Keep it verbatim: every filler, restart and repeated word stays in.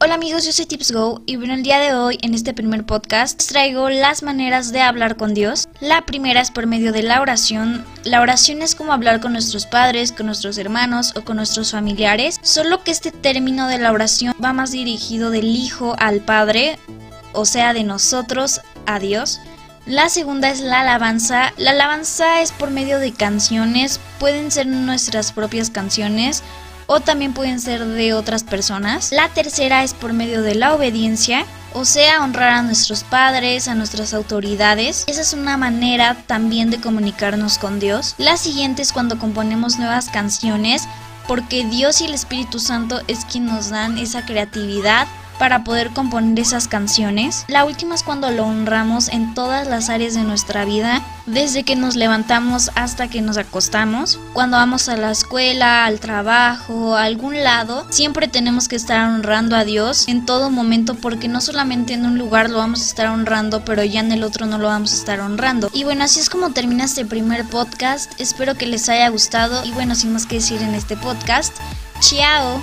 Hola amigos, yo soy TipsGo y bueno, el día de hoy en este primer podcast les traigo las maneras de hablar con Dios. La primera es por medio de la oración. La oración es como hablar con nuestros padres, con nuestros hermanos o con nuestros familiares, solo que este término de la oración va más dirigido del Hijo al Padre, o sea, de nosotros a Dios. La segunda es la alabanza. La alabanza es por medio de canciones, pueden ser nuestras propias canciones o también pueden ser de otras personas. La tercera es por medio de la obediencia, o sea, honrar a nuestros padres, a nuestras autoridades. Esa es una manera también de comunicarnos con Dios. La siguiente es cuando componemos nuevas canciones, porque Dios y el Espíritu Santo es quien nos dan esa creatividad para poder componer esas canciones. La última es cuando lo honramos en todas las áreas de nuestra vida, desde que nos levantamos hasta que nos acostamos. Cuando vamos a la escuela, al trabajo, a algún lado, siempre tenemos que estar honrando a Dios en todo momento, porque no solamente en un lugar lo vamos a estar honrando, pero ya en el otro no lo vamos a estar honrando. Y bueno, así es como termina este primer podcast. Espero que les haya gustado y bueno, sin más que decir en este podcast, ¡chao!